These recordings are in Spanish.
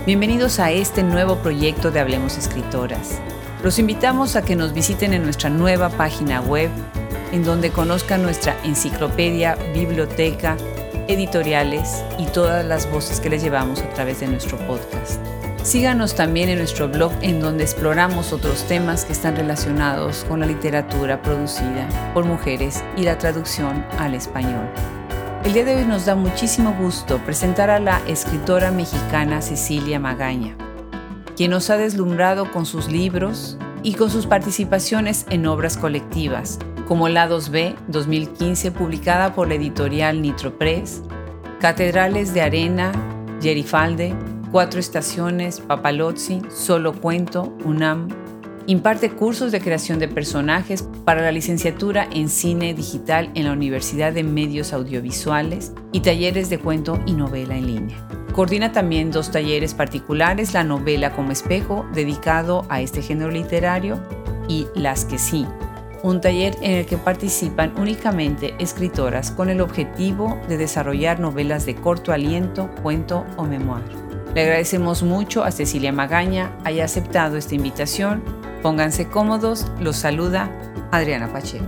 Bienvenidos a este nuevo proyecto de Hablemos Escritoras. Los invitamos a que nos visiten en nuestra nueva página web, en donde conozcan nuestra enciclopedia, biblioteca, editoriales y todas las voces que les llevamos a través de nuestro podcast. Síganos también en nuestro blog, en donde exploramos otros temas que están relacionados con la literatura producida por mujeres y la traducción al español. El día de hoy nos da muchísimo gusto presentar a la escritora mexicana Cecilia Magaña, quien nos ha deslumbrado con sus libros y con sus participaciones en obras colectivas, como Lados B, 2015, publicada por la editorial Nitro Press, Catedrales de Arena, Gerifalde, Cuatro Estaciones, Papalozzi, Solo Cuento, UNAM. Imparte cursos de creación de personajes para la licenciatura en Cine Digital en la Universidad de Medios Audiovisuales y talleres de cuento y novela en línea. Coordina también 2 talleres particulares, la novela como espejo, dedicado a este género literario, y Las que sí, un taller en el que participan únicamente escritoras con el objetivo de desarrollar novelas de corto aliento, cuento o memoir. Le agradecemos mucho a Cecilia Magaña haya aceptado esta invitación. Pónganse cómodos, los saluda Adriana Pacheco.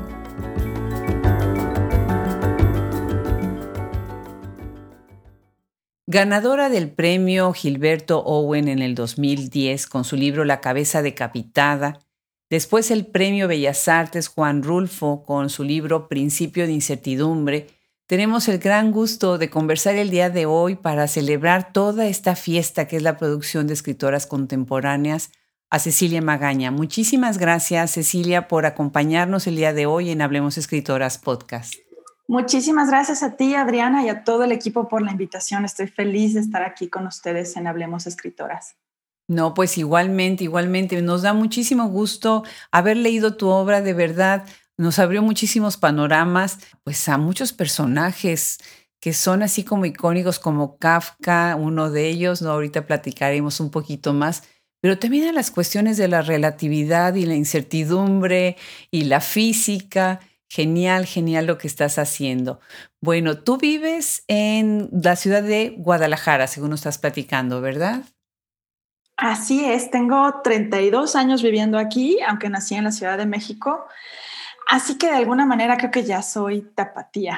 Ganadora del premio Gilberto Owen en el 2010 con su libro La cabeza decapitada, después el premio Bellas Artes Juan Rulfo con su libro Principio de incertidumbre, tenemos el gran gusto de conversar el día de hoy para celebrar toda esta fiesta que es la producción de escritoras contemporáneas a Cecilia Magaña. Muchísimas gracias, Cecilia, por acompañarnos el día de hoy en Hablemos Escritoras Podcast. Muchísimas gracias a ti, Adriana, y a todo el equipo por la invitación. Estoy feliz de estar aquí con ustedes en Hablemos Escritoras. No, pues igualmente. Nos da muchísimo gusto haber leído tu obra, de verdad. Nos abrió muchísimos panoramas, pues a muchos personajes que son así como icónicos, como Kafka, uno de ellos, ¿no? Ahorita platicaremos un poquito más, pero también a las cuestiones de la relatividad y la incertidumbre y la física. Genial lo que estás haciendo. Bueno, tú vives en la ciudad de Guadalajara, según nos estás platicando, ¿verdad? Así es, tengo 32 años viviendo aquí, aunque nací en la Ciudad de México. Así que de alguna manera creo que ya soy tapatía.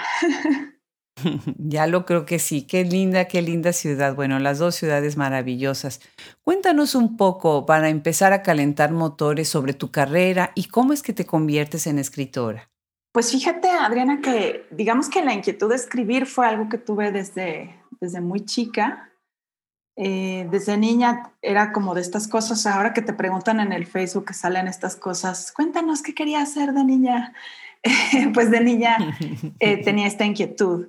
Ya lo creo que sí. Qué linda ciudad. Bueno, las 2 ciudades maravillosas. Cuéntanos un poco para empezar a calentar motores sobre tu carrera y cómo es que te conviertes en escritora. Pues fíjate, Adriana, que digamos que la inquietud de escribir fue algo que tuve desde muy chica. Desde niña era como de estas cosas, ahora que te preguntan en el Facebook que salen estas cosas, cuéntanos qué quería hacer de niña. Pues de niña tenía esta inquietud.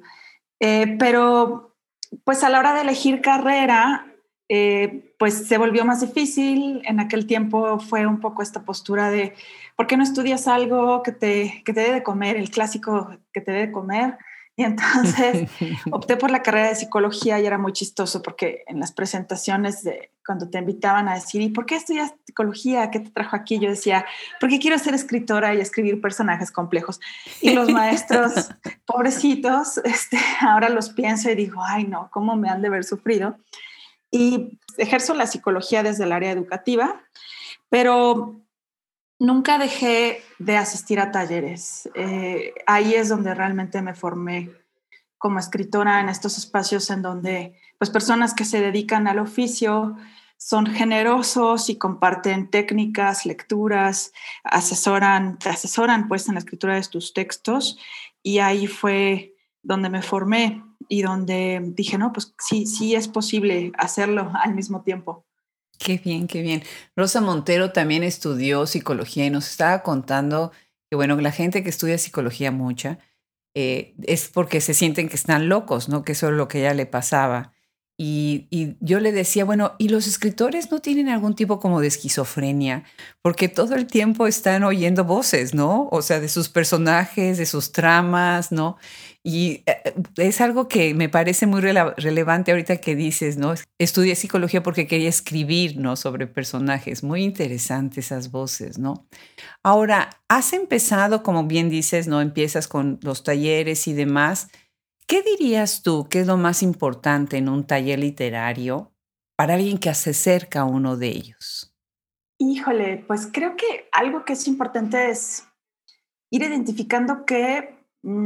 Pero pues a la hora de elegir carrera, pues se volvió más difícil. En aquel tiempo fue un poco esta postura de ¿por qué no estudias algo que te dé de comer, el clásico que te dé de comer? Y entonces opté por la carrera de psicología y era muy chistoso porque en las presentaciones cuando te invitaban a decir ¿y por qué estudias psicología? ¿Qué te trajo aquí? Yo decía, porque quiero ser escritora y escribir personajes complejos. Y los maestros, pobrecitos, ahora los pienso y digo, ay no, ¿cómo me han de haber sufrido? Y ejerzo la psicología desde el área educativa, pero nunca dejé de asistir a talleres. Ahí es donde realmente me formé como escritora, en estos espacios en donde pues, personas que se dedican al oficio son generosos y comparten técnicas, lecturas, te asesoran pues, en la escritura de tus textos. Y ahí fue donde me formé y donde dije, no, pues sí es posible hacerlo al mismo tiempo. Qué bien. Rosa Montero también estudió psicología y nos estaba contando que, bueno, la gente que estudia psicología mucha es porque se sienten que están locos, ¿no? Que eso es lo que a ella le pasaba. Y yo le decía, bueno, ¿y los escritores no tienen algún tipo como de esquizofrenia? Porque todo el tiempo están oyendo voces, ¿no? O sea, de sus personajes, de sus tramas, ¿no? Y es algo que me parece muy relevante ahorita que dices, ¿no? Estudié psicología porque quería escribir, ¿no? Sobre personajes. Muy interesantes esas voces, ¿no? Ahora, has empezado, como bien dices, ¿no? Empiezas con los talleres y demás. ¿Qué dirías tú que es lo más importante en un taller literario para alguien que se acerca a uno de ellos? Híjole, pues creo que algo que es importante es ir identificando que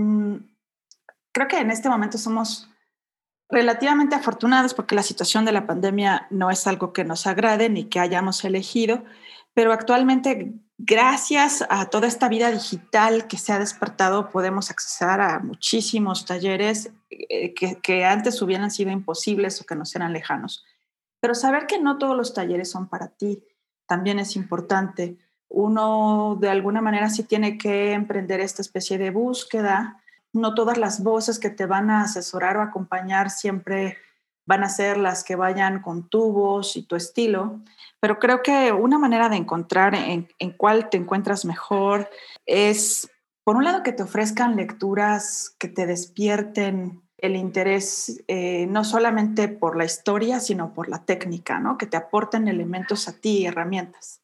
creo que en este momento somos relativamente afortunados porque la situación de la pandemia no es algo que nos agrade ni que hayamos elegido, pero actualmente, gracias a toda esta vida digital que se ha despertado, podemos acceder a muchísimos talleres que antes hubieran sido imposibles o que nos eran lejanos. Pero saber que no todos los talleres son para ti también es importante. Uno de alguna manera sí tiene que emprender esta especie de búsqueda. No todas las voces que te van a asesorar o acompañar siempre van a ser las que vayan con tu voz y tu estilo, pero creo que una manera de encontrar en cuál te encuentras mejor es, por un lado, que te ofrezcan lecturas que te despierten el interés, no solamente por la historia, sino por la técnica, ¿no? Que te aporten elementos a ti, herramientas.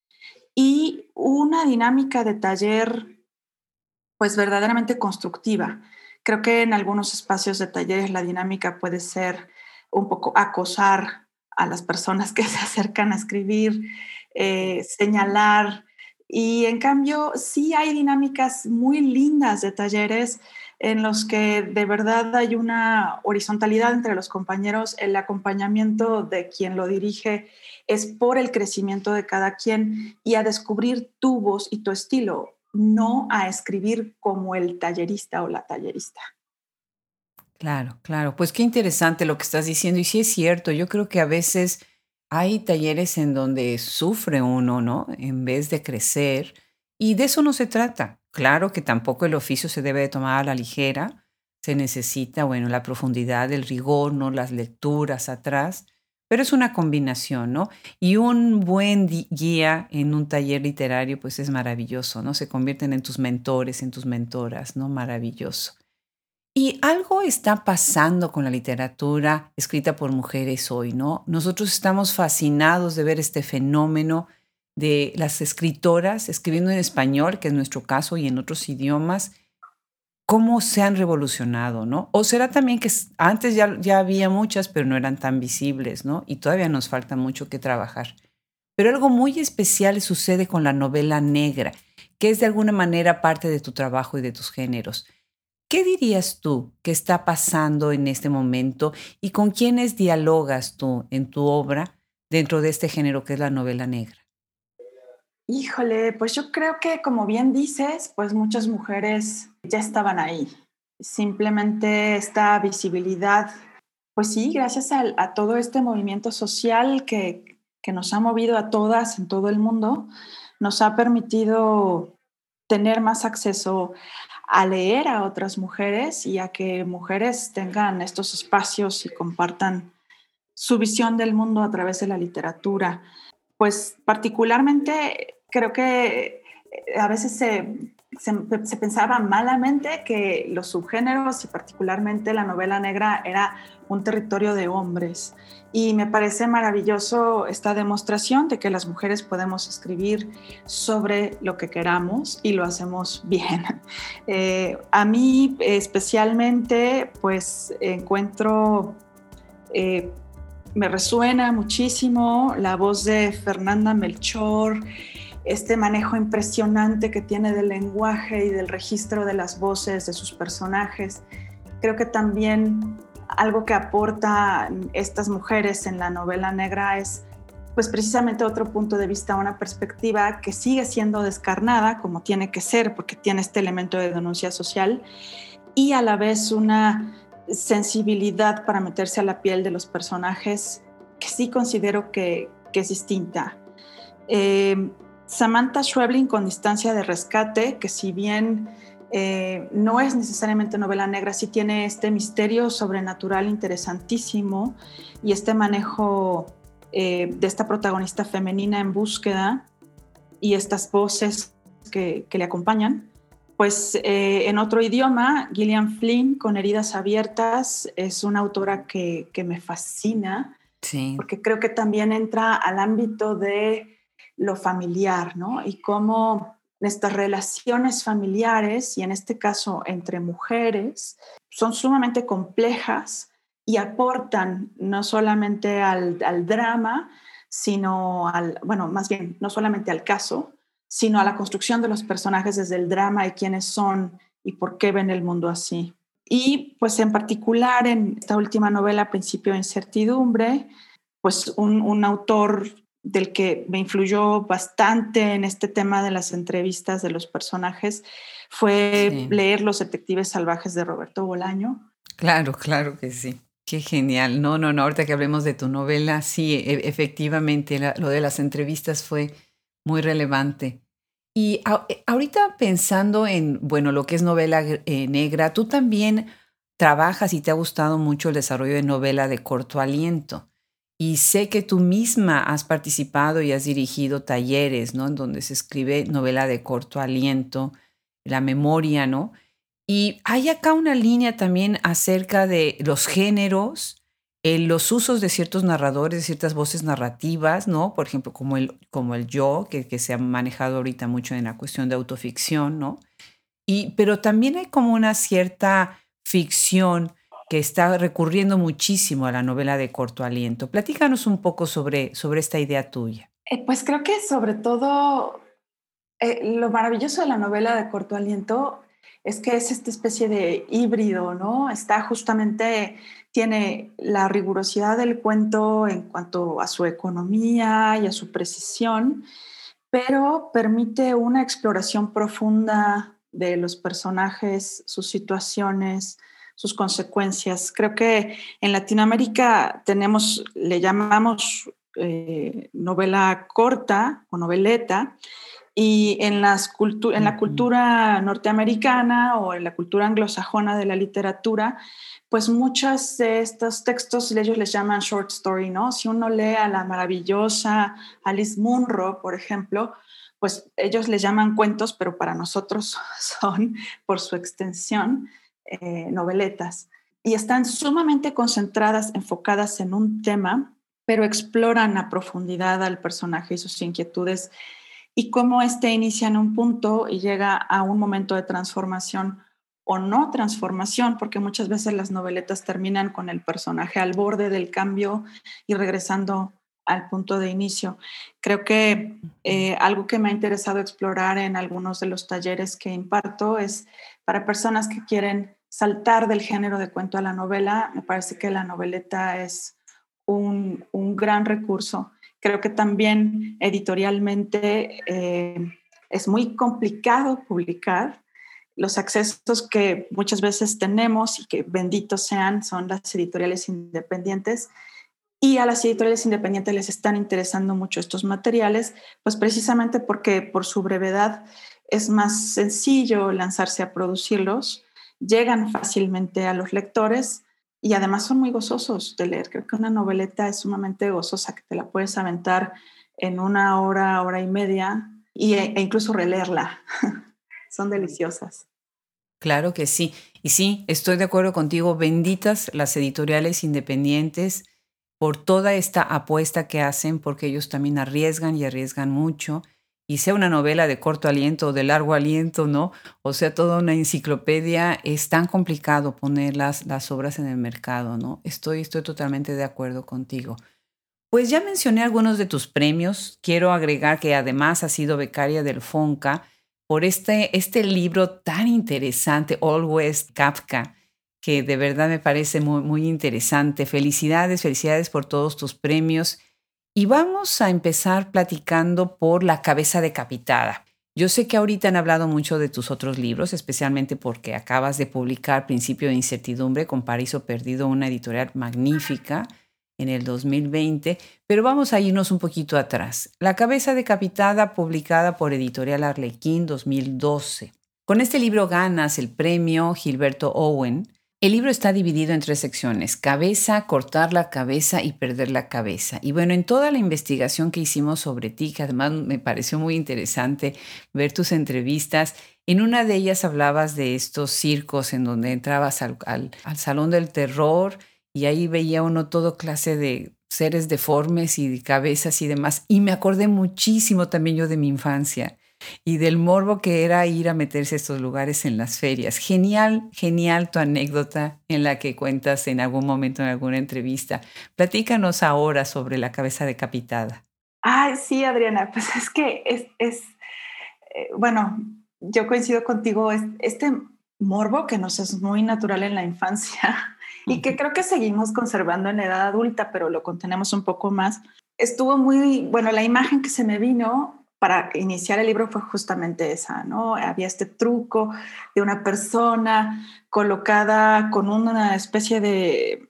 Y una dinámica de taller, pues verdaderamente constructiva. Creo que en algunos espacios de talleres la dinámica puede ser un poco acosar a las personas que se acercan a escribir, señalar. Y en cambio, sí hay dinámicas muy lindas de talleres en los que de verdad hay una horizontalidad entre los compañeros, el acompañamiento de quien lo dirige es por el crecimiento de cada quien y a descubrir tu voz y tu estilo, no a escribir como el tallerista o la tallerista. Claro, claro. Pues qué interesante lo que estás diciendo. Y sí es cierto, yo creo que a veces hay talleres en donde sufre uno, ¿no? En vez de crecer. Y de eso no se trata. Claro que tampoco el oficio se debe de tomar a la ligera. Se necesita, bueno, la profundidad, el rigor, ¿no? Las lecturas atrás. Pero es una combinación, ¿no? Y un buen guía en un taller literario, pues es maravilloso, ¿no? Se convierten en tus mentores, en tus mentoras, ¿no? Maravilloso. Y algo está pasando con la literatura escrita por mujeres hoy, ¿no? Nosotros estamos fascinados de ver este fenómeno de las escritoras escribiendo en español, que es nuestro caso, y en otros idiomas, cómo se han revolucionado, ¿no? O será también que antes ya había muchas, pero no eran tan visibles, ¿no? Y todavía nos falta mucho que trabajar. Pero algo muy especial sucede con la novela negra, que es de alguna manera parte de tu trabajo y de tus géneros. ¿Qué dirías tú que está pasando en este momento y con quiénes dialogas tú en tu obra dentro de este género que es la novela negra? Híjole, pues yo creo que como bien dices, pues muchas mujeres ya estaban ahí. Simplemente esta visibilidad, pues sí, gracias a todo este movimiento social que nos ha movido a todas en todo el mundo, nos ha permitido tener más acceso a leer a otras mujeres y a que mujeres tengan estos espacios y compartan su visión del mundo a través de la literatura. Pues particularmente creo que a veces se pensaba malamente que los subgéneros y particularmente la novela negra era un territorio de hombres. Y me parece maravilloso esta demostración de que las mujeres podemos escribir sobre lo que queramos y lo hacemos bien. A mí especialmente pues encuentro eh, me resuena muchísimo la voz de Fernanda Melchor, este manejo impresionante que tiene del lenguaje y del registro de las voces de sus personajes. Creo que también algo que aportan estas mujeres en la novela negra es pues precisamente otro punto de vista, una perspectiva que sigue siendo descarnada como tiene que ser porque tiene este elemento de denuncia social y a la vez una sensibilidad para meterse a la piel de los personajes que sí considero que es distinta. Samantha Schweblin con Distancia de Rescate, que si bien no es necesariamente novela negra, sí tiene este misterio sobrenatural interesantísimo y este manejo de esta protagonista femenina en búsqueda y estas voces que le acompañan. Pues en otro idioma, Gillian Flynn con Heridas Abiertas es una autora que me fascina Sí, porque creo que también entra al ámbito de lo familiar, ¿no? Y cómo nuestras relaciones familiares, y en este caso entre mujeres, son sumamente complejas y aportan no solamente al drama, sino más bien, no solamente al caso, sino a la construcción de los personajes desde el drama y quiénes son y por qué ven el mundo así. Y pues en particular en esta última novela, Principio de Incertidumbre, pues un autor del que me influyó bastante en este tema de las entrevistas de los personajes fue leer Los Detectives Salvajes de Roberto Bolaño. Claro, claro que sí. Qué genial. No, ahorita que hablemos de tu novela, sí, efectivamente, lo de las entrevistas fue muy relevante. Y ahorita pensando en, bueno, lo que es novela negra, tú también trabajas y te ha gustado mucho el desarrollo de novela de corto aliento. Y sé que tú misma has participado y has dirigido talleres, ¿no? En donde se escribe novela de corto aliento, la memoria, ¿no? Y hay acá una línea también acerca de los géneros, los usos de ciertos narradores, de ciertas voces narrativas, ¿no? Por ejemplo, como el yo, que se ha manejado ahorita mucho en la cuestión de autoficción, ¿no? Pero también hay como una cierta ficción que está recurriendo muchísimo a la novela de corto aliento. Platícanos un poco sobre esta idea tuya. Pues creo que sobre todo lo maravilloso de la novela de corto aliento es que es esta especie de híbrido, ¿no? Tiene la rigurosidad del cuento en cuanto a su economía y a su precisión, pero permite una exploración profunda de los personajes, sus situaciones, sus consecuencias. Creo que en Latinoamérica le llamamos novela corta o noveleta, y en la cultura norteamericana o en la cultura anglosajona de la literatura, pues muchos de estos textos ellos les llaman short story, ¿no? Si uno lee a la maravillosa Alice Munro, por ejemplo, pues ellos les llaman cuentos, pero para nosotros son, por su extensión, noveletas. Y están sumamente concentradas, enfocadas en un tema, pero exploran a profundidad al personaje y sus inquietudes y cómo inicia en un punto y llega a un momento de transformación o no transformación, porque muchas veces las noveletas terminan con el personaje al borde del cambio y regresando al punto de inicio. Creo que algo que me ha interesado explorar en algunos de los talleres que imparto es para personas que quieren saltar del género de cuento a la novela. Me parece que la noveleta es un gran recurso. Creo que también editorialmente es muy complicado publicar. Los accesos que muchas veces tenemos y que benditos sean son las editoriales independientes, y a las editoriales independientes les están interesando mucho estos materiales, pues precisamente porque por su brevedad es más sencillo lanzarse a producirlos, llegan fácilmente a los lectores y además son muy gozosos de leer. Creo que una noveleta es sumamente gozosa, que te la puedes aventar en una hora, hora y media e incluso releerla. Son deliciosas. Claro que sí. Y sí, estoy de acuerdo contigo. Benditas las editoriales independientes por toda esta apuesta que hacen, porque ellos también arriesgan y arriesgan mucho. Y sea una novela de corto aliento o de largo aliento, ¿no? O sea, toda una enciclopedia, es tan complicado poner las obras en el mercado, ¿no? Estoy totalmente de acuerdo contigo. Pues ya mencioné algunos de tus premios. Quiero agregar que además has sido becaria del FONCA por este libro tan interesante, All West Kafka, que de verdad me parece muy, muy interesante. Felicidades por todos tus premios. Y vamos a empezar platicando por La cabeza decapitada. Yo sé que ahorita han hablado mucho de tus otros libros, especialmente porque acabas de publicar Principio de Incertidumbre con Paraíso Perdido, una editorial magnífica, en el 2020, pero vamos a irnos un poquito atrás. La cabeza decapitada, publicada por Editorial Arlequín 2012. Con este libro ganas el premio Gilberto Owen. El libro está dividido en 3 secciones: cabeza, cortar la cabeza y perder la cabeza. Y bueno, en toda la investigación que hicimos sobre ti, que además me pareció muy interesante ver tus entrevistas, en una de ellas hablabas de estos circos en donde entrabas al Salón del Terror y ahí veía uno todo clase de seres deformes y de cabezas y demás. Y me acordé muchísimo también yo de mi infancia. Y del morbo que era ir a meterse a estos lugares en las ferias. Genial, genial tu anécdota en la que cuentas en algún momento en alguna entrevista. Platícanos ahora sobre la cabeza decapitada. Ay, sí, Adriana, pues es que bueno, yo coincido contigo, este morbo que nos es muy natural en la infancia y que creo que seguimos conservando en la edad adulta, pero lo contenemos un poco más. Estuvo muy, bueno, la imagen que se me vino para iniciar el libro fue justamente esa, ¿no? Había este truco de una persona colocada con una especie de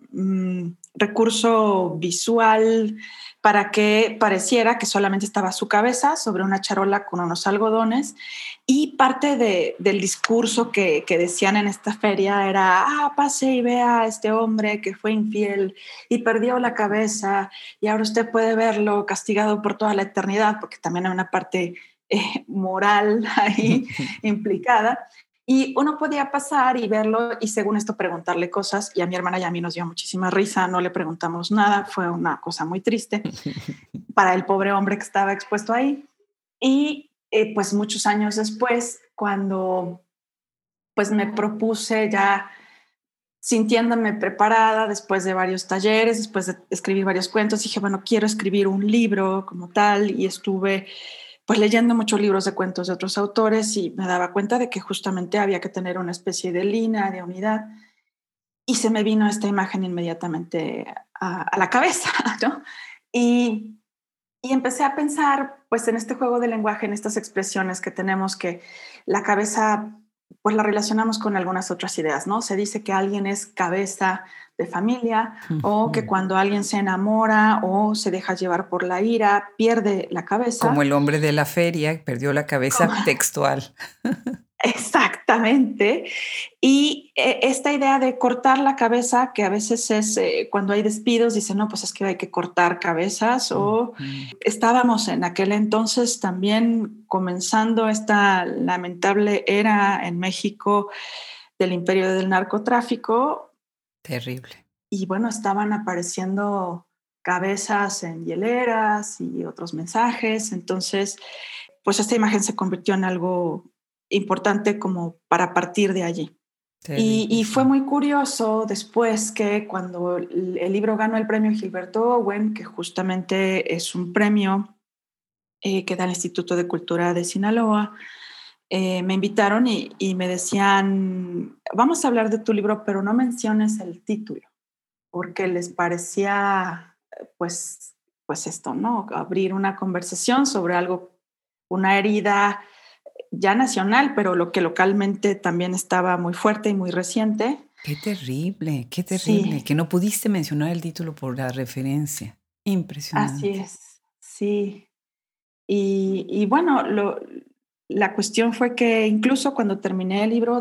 recurso visual para que pareciera que solamente estaba su cabeza sobre una charola con unos algodones, y parte del discurso que decían en esta feria era, pase y vea a este hombre que fue infiel y perdió la cabeza y ahora usted puede verlo castigado por toda la eternidad, porque también hay una parte moral ahí implicada. Y uno podía pasar y verlo y según esto preguntarle cosas, y a mi hermana y a mí nos dio muchísima risa, no le preguntamos nada, fue una cosa muy triste para el pobre hombre que estaba expuesto ahí. Y pues muchos años después, cuando pues me propuse ya sintiéndome preparada después de varios talleres, después de escribir varios cuentos, dije, bueno, quiero escribir un libro como tal, y estuve pues leyendo muchos libros de cuentos de otros autores y me daba cuenta de que justamente había que tener una especie de línea, de unidad, y se me vino esta imagen inmediatamente a la cabeza, ¿no? Y, y empecé a pensar pues en este juego de lenguaje, en estas expresiones que tenemos, que la cabeza pues la relacionamos con algunas otras ideas, ¿no? Se dice que alguien es cabeza de familia, o que cuando alguien se enamora o se deja llevar por la ira, pierde la Como cabeza. el hombre de la feria, perdió la cabeza textual. Exactamente. Y esta idea de cortar la cabeza, que a veces es cuando hay despidos, dicen, no, pues es que hay que cortar cabezas, o estábamos en aquel entonces también comenzando esta lamentable era en México del imperio del narcotráfico. Terrible. Y bueno, estaban apareciendo cabezas en hieleras y otros mensajes. Entonces, pues esta imagen se convirtió en algo importante como para partir de allí. Terrible, Y fue sí. muy curioso después que cuando el libro ganó el premio Gilberto Owen, que justamente es un premio que da el Instituto de Cultura de Sinaloa, me invitaron y me decían, vamos a hablar de tu libro, pero no menciones el título, porque les parecía, pues esto, ¿no? Abrir una conversación sobre algo, una herida ya nacional, pero lo que localmente también estaba muy fuerte y muy reciente. Qué terrible, Sí, que no pudiste mencionar el título por la referencia. así Impresionante. es, sí. Y bueno, la cuestión fue que incluso cuando terminé el libro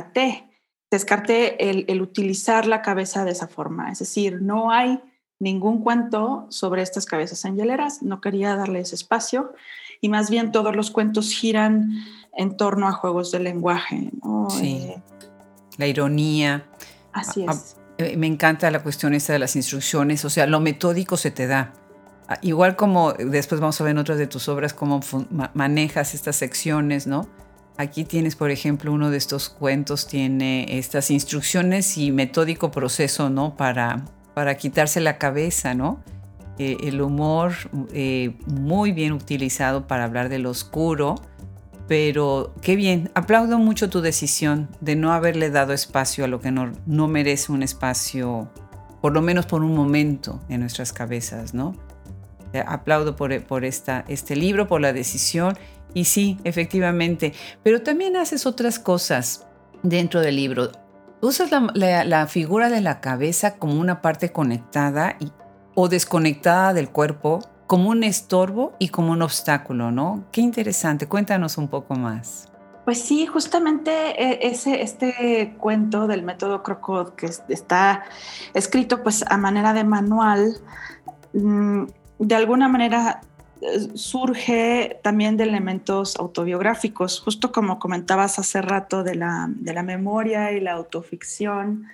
descarté el utilizar la cabeza de esa forma. Es decir, no hay ningún cuento sobre estas cabezas en hieleras, no quería darles espacio, y más bien todos los cuentos giran en torno a juegos de lenguaje, ¿no? Sí, la ironía. Así es. Me encanta la cuestión esta de las instrucciones, o sea, lo metódico se te da. Igual como después vamos a ver en otras de tus obras cómo manejas estas secciones, ¿no? Aquí tienes, por ejemplo, uno de estos cuentos tiene estas instrucciones y metódico proceso, ¿no? Para quitarse la cabeza, ¿no? El humor muy bien utilizado para hablar de lo oscuro, pero qué bien, aplaudo mucho tu decisión de no haberle dado espacio a lo que no merece un espacio, por lo menos por un momento en nuestras cabezas, ¿no? Aplaudo por este libro, por la decisión, y sí, efectivamente, pero también haces otras cosas dentro del libro. Usas la figura de la cabeza como una parte conectada o desconectada del cuerpo, como un estorbo y como un obstáculo, ¿no? Qué interesante, cuéntanos un poco más. Pues sí, justamente este cuento del método Crocod, que está escrito pues a manera de manual, de alguna manera surge también de elementos autobiográficos, justo como comentabas hace rato de la memoria y la autoficción.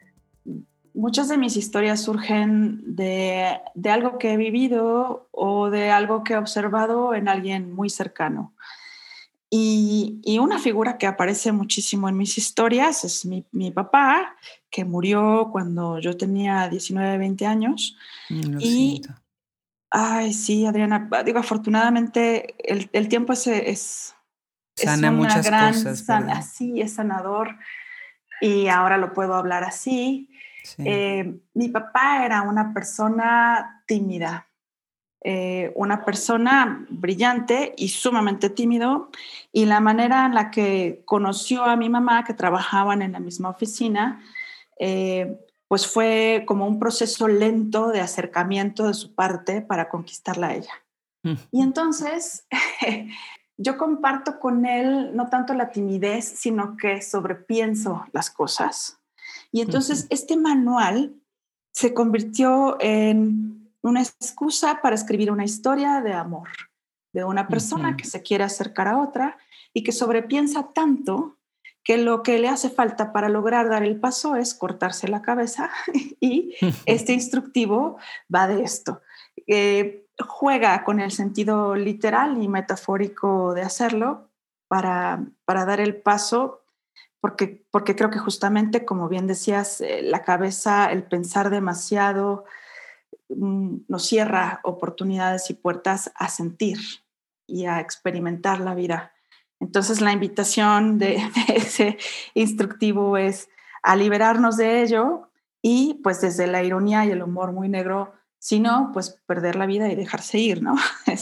Muchas de mis historias surgen de algo que he vivido o de algo que he observado en alguien muy cercano. Y una figura que aparece muchísimo en mis historias es mi papá, que murió cuando yo tenía 19, 20 años. Lo Y, siento. ay, sí, Adriana, digo, afortunadamente el tiempo es Sana una muchas gran, cosas, ¿verdad? así es sanador y ahora lo puedo hablar así. Sí. Mi papá era una persona tímida, una persona brillante y sumamente tímido, y la manera en la que conoció a mi mamá, que trabajaban en la misma oficina, pues fue como un proceso lento de acercamiento de su parte para conquistarla a ella. Y entonces yo comparto con él no tanto la timidez, sino que sobrepienso las cosas. Y entonces este manual se convirtió en una excusa para escribir una historia de amor, de una persona que se quiere acercar a otra y que sobrepiensa tanto que lo que le hace falta para lograr dar el paso es cortarse la cabeza y este instructivo va de esto. Juega con el sentido literal y metafórico de hacerlo para dar el paso porque creo que justamente, como bien decías, la cabeza, el pensar demasiado, nos cierra oportunidades y puertas a sentir y a experimentar la vida. Entonces, la invitación de ese instructivo es a liberarnos de ello y, pues, desde la ironía y el humor muy negro, si no, pues perder la vida y dejarse ir, ¿no?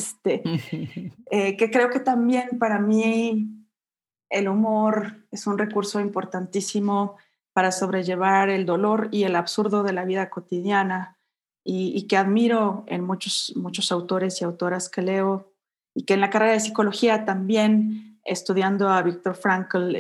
Que creo que también para mí el humor es un recurso importantísimo para sobrellevar el dolor y el absurdo de la vida cotidiana y que admiro en muchos autores y autoras que leo y que en la carrera de psicología también estudiando a Viktor Frankl,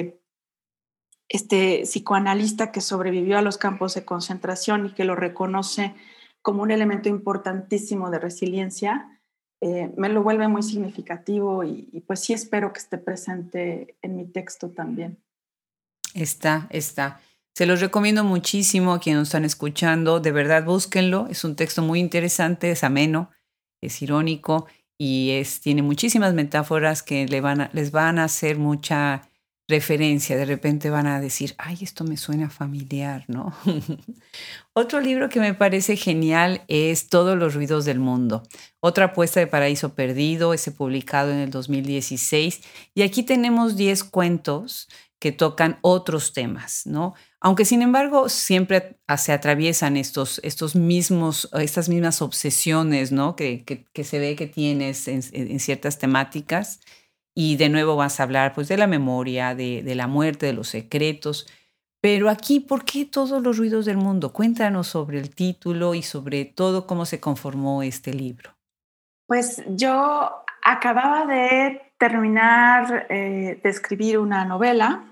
este psicoanalista que sobrevivió a los campos de concentración y que lo reconoce como un elemento importantísimo de resiliencia, me lo vuelve muy significativo y pues sí espero que esté presente en mi texto también. Está, está. Se los recomiendo muchísimo a quienes nos están escuchando. De verdad, búsquenlo. Es un texto muy interesante, es ameno, es irónico y tiene muchísimas metáforas que les van a hacer mucha referencia. De repente van a decir, ay, esto me suena familiar, ¿no? Otro libro que me parece genial es Todos los ruidos del mundo. Otra apuesta de Paraíso Perdido, ese publicado en el 2016. Y aquí tenemos 10 cuentos que tocan otros temas, ¿no? Aunque sin embargo siempre se atraviesan estos mismos, estas mismas obsesiones, ¿no? Que se ve que tienes en ciertas temáticas. Y de nuevo vas a hablar pues de la memoria, de la muerte, de los secretos. Pero aquí, ¿por qué todos los ruidos del mundo? Cuéntanos sobre el título y sobre todo cómo se conformó este libro. Pues yo acababa de terminar de escribir una novela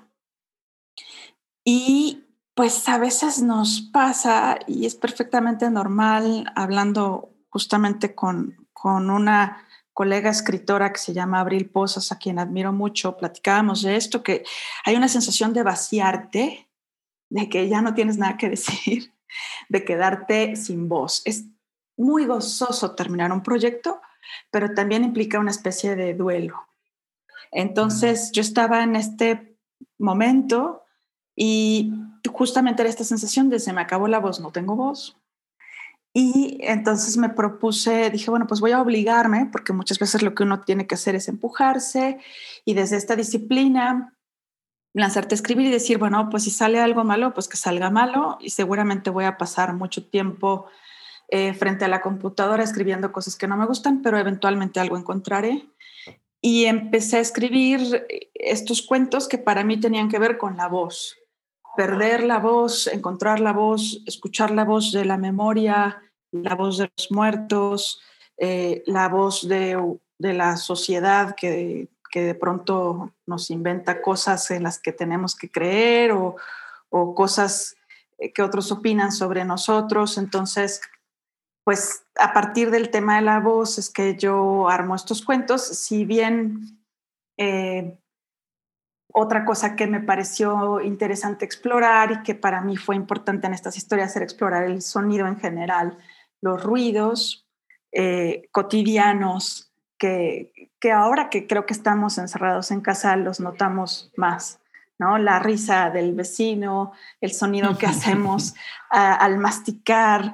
y pues a veces nos pasa y es perfectamente normal hablando justamente con una colega escritora que se llama Abril Pozas, a quien admiro mucho, platicábamos de esto, que hay una sensación de vaciarte, de que ya no tienes nada que decir, de quedarte sin voz. Es muy gozoso terminar un proyecto, pero también implica una especie de duelo. Mm. Entonces yo estaba en este momento y justamente era esta sensación de se me acabó la voz, no tengo voz. Y entonces me propuse, dije, bueno, pues voy a obligarme, porque muchas veces lo que uno tiene que hacer es empujarse y desde esta disciplina lanzarte a escribir y decir, bueno, pues si sale algo malo, pues que salga malo y seguramente voy a pasar mucho tiempo frente a la computadora escribiendo cosas que no me gustan, pero eventualmente algo encontraré. Y empecé a escribir estos cuentos que para mí tenían que ver con la voz. Perder la voz, encontrar la voz, escuchar la voz de la memoria, la voz de los muertos, la voz de la sociedad que de pronto nos inventa cosas en las que tenemos que creer o cosas que otros opinan sobre nosotros. Entonces, pues a partir del tema de la voz es que yo armo estos cuentos, si bien eh, otra cosa que me pareció interesante explorar y que para mí fue importante en estas historias era explorar el sonido en general, los ruidos cotidianos que ahora que creo que estamos encerrados en casa los notamos más, ¿no? La risa del vecino, el sonido que hacemos al masticar,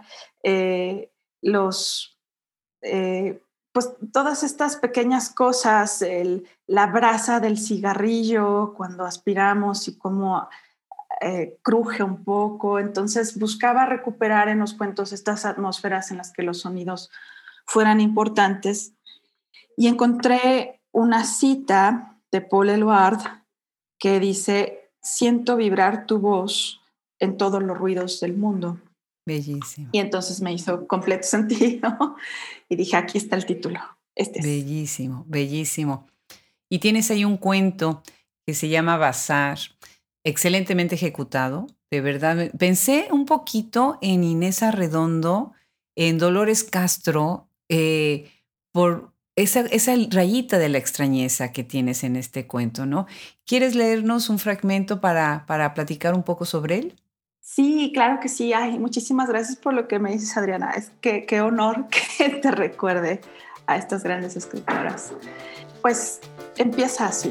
los, pues todas estas pequeñas cosas, la brasa del cigarrillo cuando aspiramos y cómo cruje un poco. Entonces buscaba recuperar en los cuentos estas atmósferas en las que los sonidos fueran importantes. Y encontré una cita de Paul Eluard que dice: siento vibrar tu voz en todos los ruidos del mundo. Bellísimo. Y entonces me hizo completo sentido y dije, aquí está el título. Este es. Bellísimo, bellísimo. Y tienes ahí un cuento que se llama Bazar, excelentemente ejecutado, de verdad. Pensé un poquito en Inés Arredondo, en Dolores Castro, por esa rayita de la extrañeza que tienes en este cuento, ¿no? ¿Quieres leernos un fragmento para platicar un poco sobre él? Sí, claro que sí. Ay, muchísimas gracias por lo que me dices, Adriana. Es que qué honor que te recuerde a estas grandes escritoras. Pues empieza así.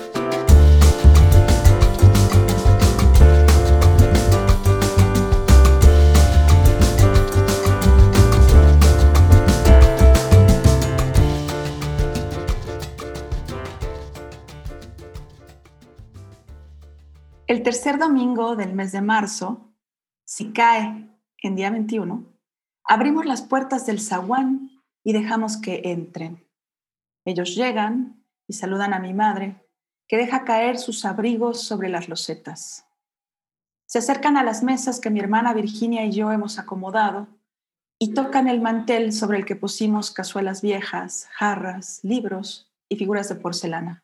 El tercer domingo del mes de marzo, si cae en día 21, abrimos las puertas del zaguán y dejamos que entren. Ellos llegan y saludan a mi madre, que deja caer sus abrigos sobre las losetas. Se acercan a las mesas que mi hermana Virginia y yo hemos acomodado y tocan el mantel sobre el que pusimos cazuelas viejas, jarras, libros y figuras de porcelana.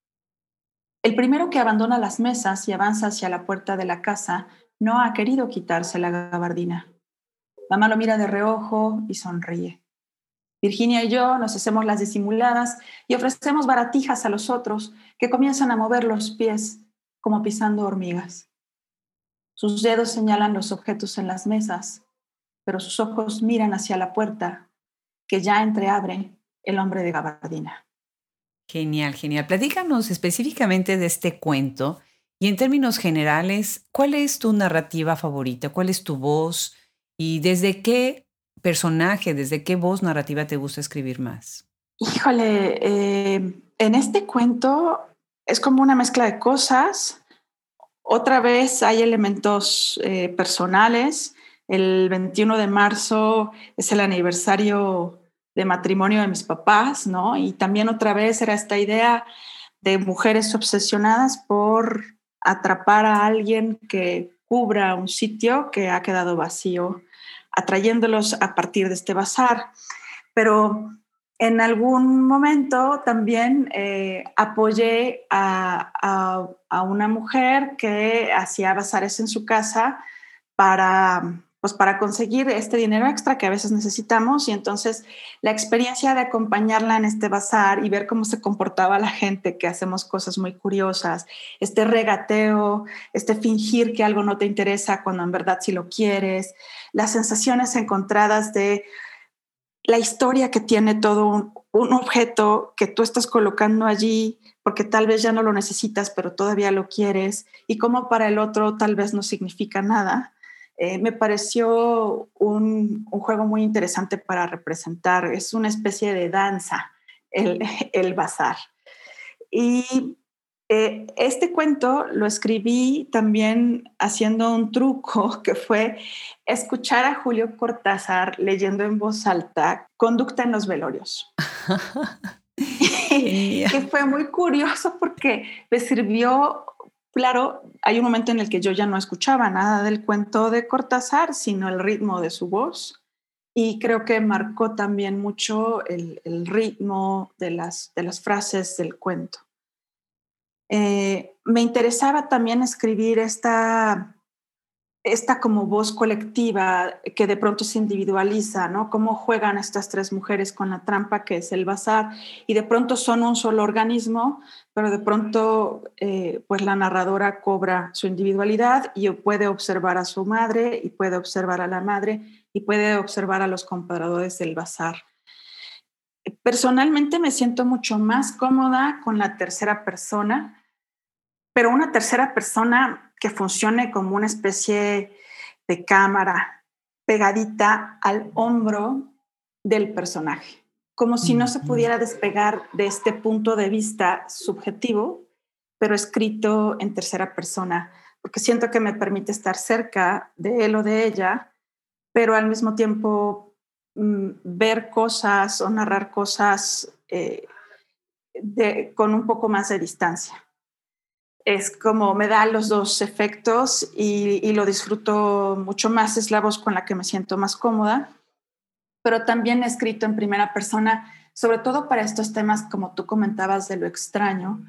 El primero que abandona las mesas y avanza hacia la puerta de la casa no ha querido quitarse la gabardina. Mamá lo mira de reojo y sonríe. Virginia y yo nos hacemos las disimuladas y ofrecemos baratijas a los otros, que comienzan a mover los pies como pisando hormigas. Sus dedos señalan los objetos en las mesas, pero sus ojos miran hacia la puerta que ya entreabre el hombre de gabardina. Genial, genial. Platícanos específicamente de este cuento y en términos generales, ¿cuál es tu narrativa favorita? ¿Cuál es tu voz? ¿Y desde qué personaje, desde qué voz narrativa te gusta escribir más? Híjole, en este cuento es como una mezcla de cosas. Otra vez hay elementos personales. El 21 de marzo es el aniversario de matrimonio de mis papás, ¿no? Y también otra vez era esta idea de mujeres obsesionadas por atrapar a alguien que cubra un sitio que ha quedado vacío, atrayéndolos a partir de este bazar. Pero en algún momento también apoyé a una mujer que hacía bazares en su casa para conseguir este dinero extra que a veces necesitamos. Y entonces la experiencia de acompañarla en este bazar y ver cómo se comportaba la gente, que hacemos cosas muy curiosas, este regateo, este fingir que algo no te interesa cuando en verdad sí lo quieres, las sensaciones encontradas de la historia que tiene todo un objeto que tú estás colocando allí porque tal vez ya no lo necesitas, pero todavía lo quieres, y cómo para el otro tal vez no significa nada. Me pareció un juego muy interesante para representar. Es una especie de danza, el bazar. Y este cuento lo escribí también haciendo un truco que fue escuchar a Julio Cortázar leyendo en voz alta Conducta en los velorios. Que fue muy curioso porque me sirvió, claro, hay un momento en el que yo ya no escuchaba nada del cuento de Cortázar, sino el ritmo de su voz. Y creo que marcó también mucho el ritmo de las frases del cuento. Me interesaba también escribir esta como voz colectiva que de pronto se individualiza, ¿no? Cómo juegan estas tres mujeres con la trampa que es el bazar, y de pronto son un solo organismo, pero de pronto pues la narradora cobra su individualidad y puede observar a su madre y puede observar a la madre y puede observar a los compradores del bazar. Personalmente me siento mucho más cómoda con la tercera persona, pero una tercera persona que funcione como una especie de cámara pegadita al hombro del personaje, como si no se Ujú. pudiera despegar de este punto de vista subjetivo, pero escrito en tercera persona, porque siento que me permite estar cerca de él o de ella, pero al mismo tiempo ver cosas o narrar cosas con un poco más de distancia. Es como me da los dos efectos y lo disfruto mucho más, es la voz con la que me siento más cómoda, pero también he escrito en primera persona, sobre todo para estos temas como tú comentabas de lo extraño,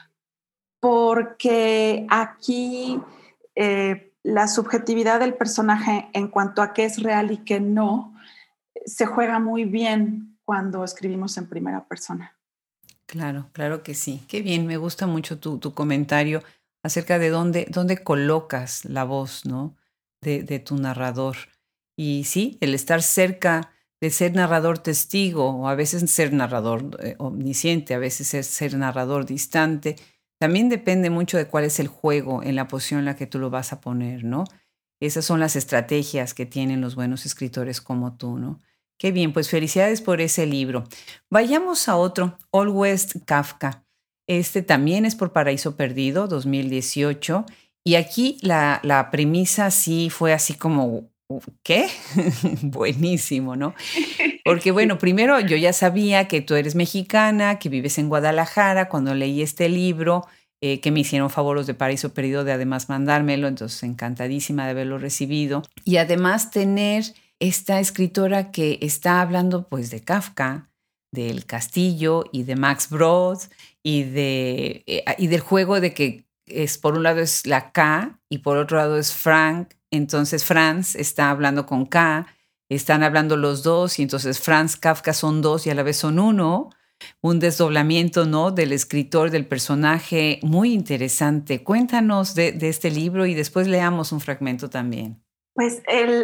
porque aquí la subjetividad del personaje en cuanto a qué es real y qué no, se juega muy bien cuando escribimos en primera persona. Claro, claro que sí. Qué bien, me gusta mucho tu comentario acerca de dónde colocas la voz, ¿no? De tu narrador. Y sí, el estar cerca de ser narrador testigo, o a veces ser narrador omnisciente, a veces ser narrador distante, también depende mucho de cuál es el juego en la posición en la que tú lo vas a poner, ¿no? Esas son las estrategias que tienen los buenos escritores como tú, ¿no? Qué bien, pues felicidades por ese libro. Vayamos a otro, All West Kafka. Este también es por Paraíso Perdido, 2018. Y aquí la premisa sí fue así como, ¿qué? Buenísimo, ¿no? Porque Sí. bueno, primero yo ya sabía que tú eres mexicana, que vives en Guadalajara. Cuando leí este libro, que me hicieron favor los de Paraíso Perdido de además mandármelo, entonces encantadísima de haberlo recibido. Y además tener esta escritora que está hablando pues de Kafka, del castillo y de Max Brod y del juego de que es por un lado es la K y por otro lado es Frank. Entonces Franz está hablando con K, están hablando los dos y entonces Franz Kafka son dos y a la vez son uno. Un desdoblamiento, ¿no? Del escritor, del personaje, muy interesante. Cuéntanos de este libro y después leamos un fragmento también. Pues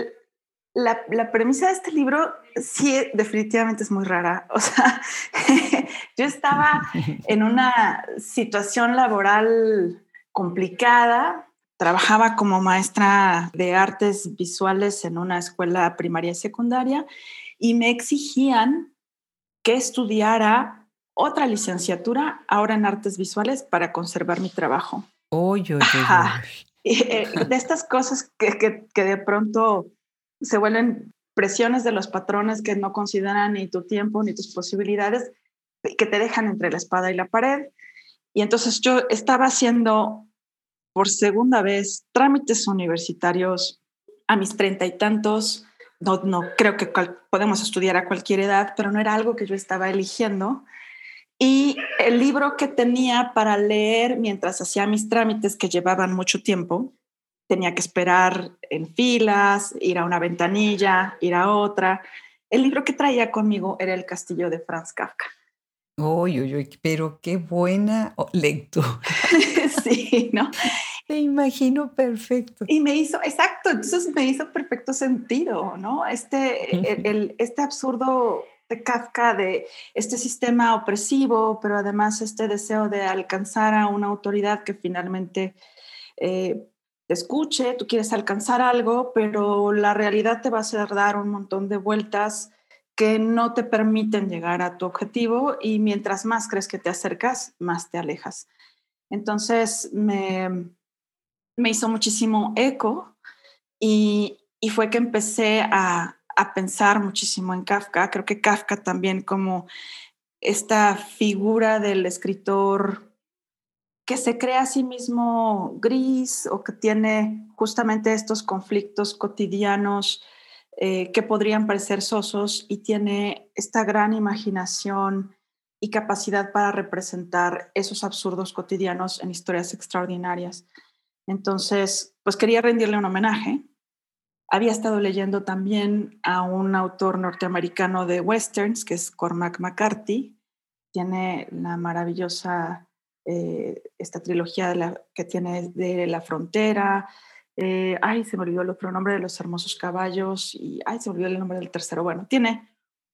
la premisa de este libro sí definitivamente es muy rara. O sea, yo estaba en una situación laboral complicada. Trabajaba como maestra de artes visuales en una escuela primaria y secundaria y me exigían que estudiara otra licenciatura ahora en artes visuales para conservar mi trabajo. Uy, uy, uy, uy, Ajá. uy. De estas cosas que de pronto se vuelven presiones de los patrones que no consideran ni tu tiempo ni tus posibilidades, que te dejan entre la espada y la pared. Y entonces yo estaba haciendo por segunda vez trámites universitarios a mis 30 y tantos. No, no creo que podemos estudiar a cualquier edad, pero no era algo que yo estaba eligiendo. Y el libro que tenía para leer mientras hacía mis trámites, que llevaban mucho tiempo, tenía que esperar en filas, ir a una ventanilla, ir a otra. El libro que traía conmigo era El Castillo de Franz Kafka. Uy, uy, uy, pero qué buena lectura. Sí, ¿no? Te imagino perfecto. Y me hizo, exacto, entonces me hizo perfecto sentido, ¿no? Este absurdo de Kafka, de este sistema opresivo, pero además este deseo de alcanzar a una autoridad que finalmente te escuche, tú quieres alcanzar algo, pero la realidad te va a hacer dar un montón de vueltas que no te permiten llegar a tu objetivo y mientras más crees que te acercas, más te alejas. Entonces me hizo muchísimo eco y fue que empecé a pensar muchísimo en Kafka. Creo que Kafka también como esta figura del escritor que se crea a sí mismo gris o que tiene justamente estos conflictos cotidianos que podrían parecer sosos y tiene esta gran imaginación y capacidad para representar esos absurdos cotidianos en historias extraordinarias. Entonces, pues quería rendirle un homenaje. Había estado leyendo también a un autor norteamericano de westerns, que es Cormac McCarthy. Tiene la maravillosa, esta trilogía que tiene de La Frontera. Se me olvidó el otro nombre de Los Hermosos Caballos y, se me olvidó el nombre del tercero. Bueno, tiene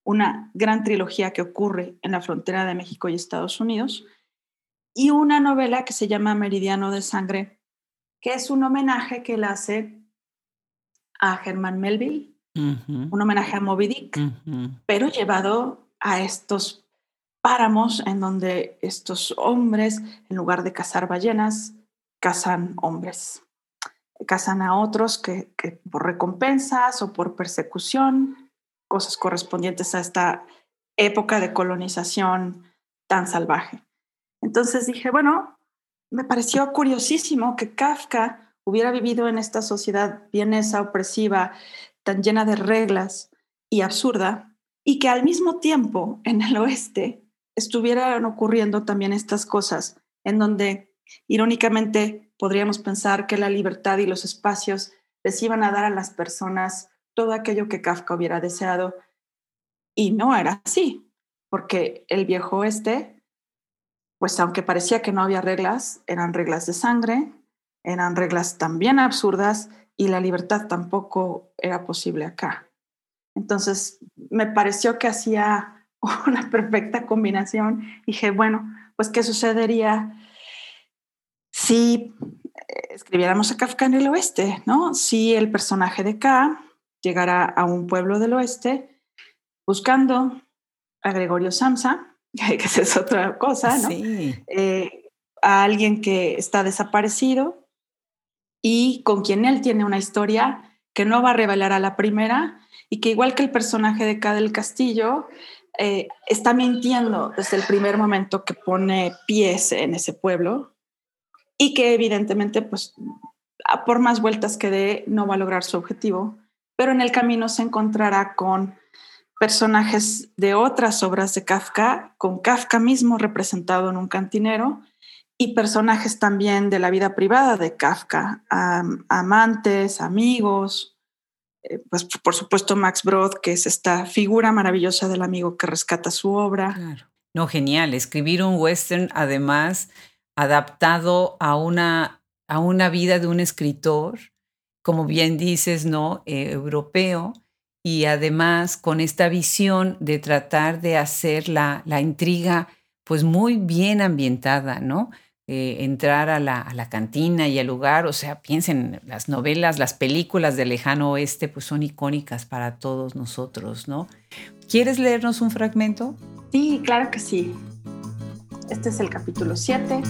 una gran trilogía que ocurre en la frontera de México y Estados Unidos, y una novela que se llama Meridiano de Sangre, que es un homenaje que él hace a Herman Melville, Ujú, un homenaje a Moby Dick, ujú. pero llevado a estos páramos en donde estos hombres, en lugar de cazar ballenas, cazan hombres. Cazan a otros que por recompensas o por persecución, cosas correspondientes a esta época de colonización tan salvaje. Entonces dije, bueno, me pareció curiosísimo que Kafka hubiera vivido en esta sociedad vienesa, opresiva, tan llena de reglas y absurda, y que al mismo tiempo en el oeste estuvieran ocurriendo también estas cosas, en donde irónicamente podríamos pensar que la libertad y los espacios les iban a dar a las personas todo aquello que Kafka hubiera deseado, y no era así, porque el viejo oeste, pues aunque parecía que no había reglas, eran reglas de sangre, eran reglas también absurdas y la libertad tampoco era posible acá. Entonces me pareció que hacía una perfecta combinación. Dije, bueno, pues ¿qué sucedería si escribiéramos a Kafka en el oeste, ¿no? Si el personaje de K llegara a un pueblo del oeste buscando a Gregorio Samsa, que esa es otra cosa, ¿no? Sí. A alguien que está desaparecido y con quien él tiene una historia que no va a revelar a la primera y que igual que el personaje de K del Castillo, está mintiendo desde el primer momento que pone pies en ese pueblo y que evidentemente, pues, por más vueltas que dé, no va a lograr su objetivo, pero en el camino se encontrará con personajes de otras obras de Kafka, con Kafka mismo representado en un cantinero, y personajes también de la vida privada de Kafka, amantes, amigos, pues por supuesto Max Brod, que es esta figura maravillosa del amigo que rescata su obra. Claro. No, genial. Escribir un western, además, adaptado a una vida de un escritor, como bien dices, ¿no? Europeo, y además con esta visión de tratar de hacer la intriga, pues muy bien ambientada, ¿no? Entrar a la cantina y al lugar, o sea, piensen, las novelas, las películas del lejano oeste, pues son icónicas para todos nosotros, ¿no? ¿Quieres leernos un fragmento? Sí, claro que sí. Este es el capítulo 7.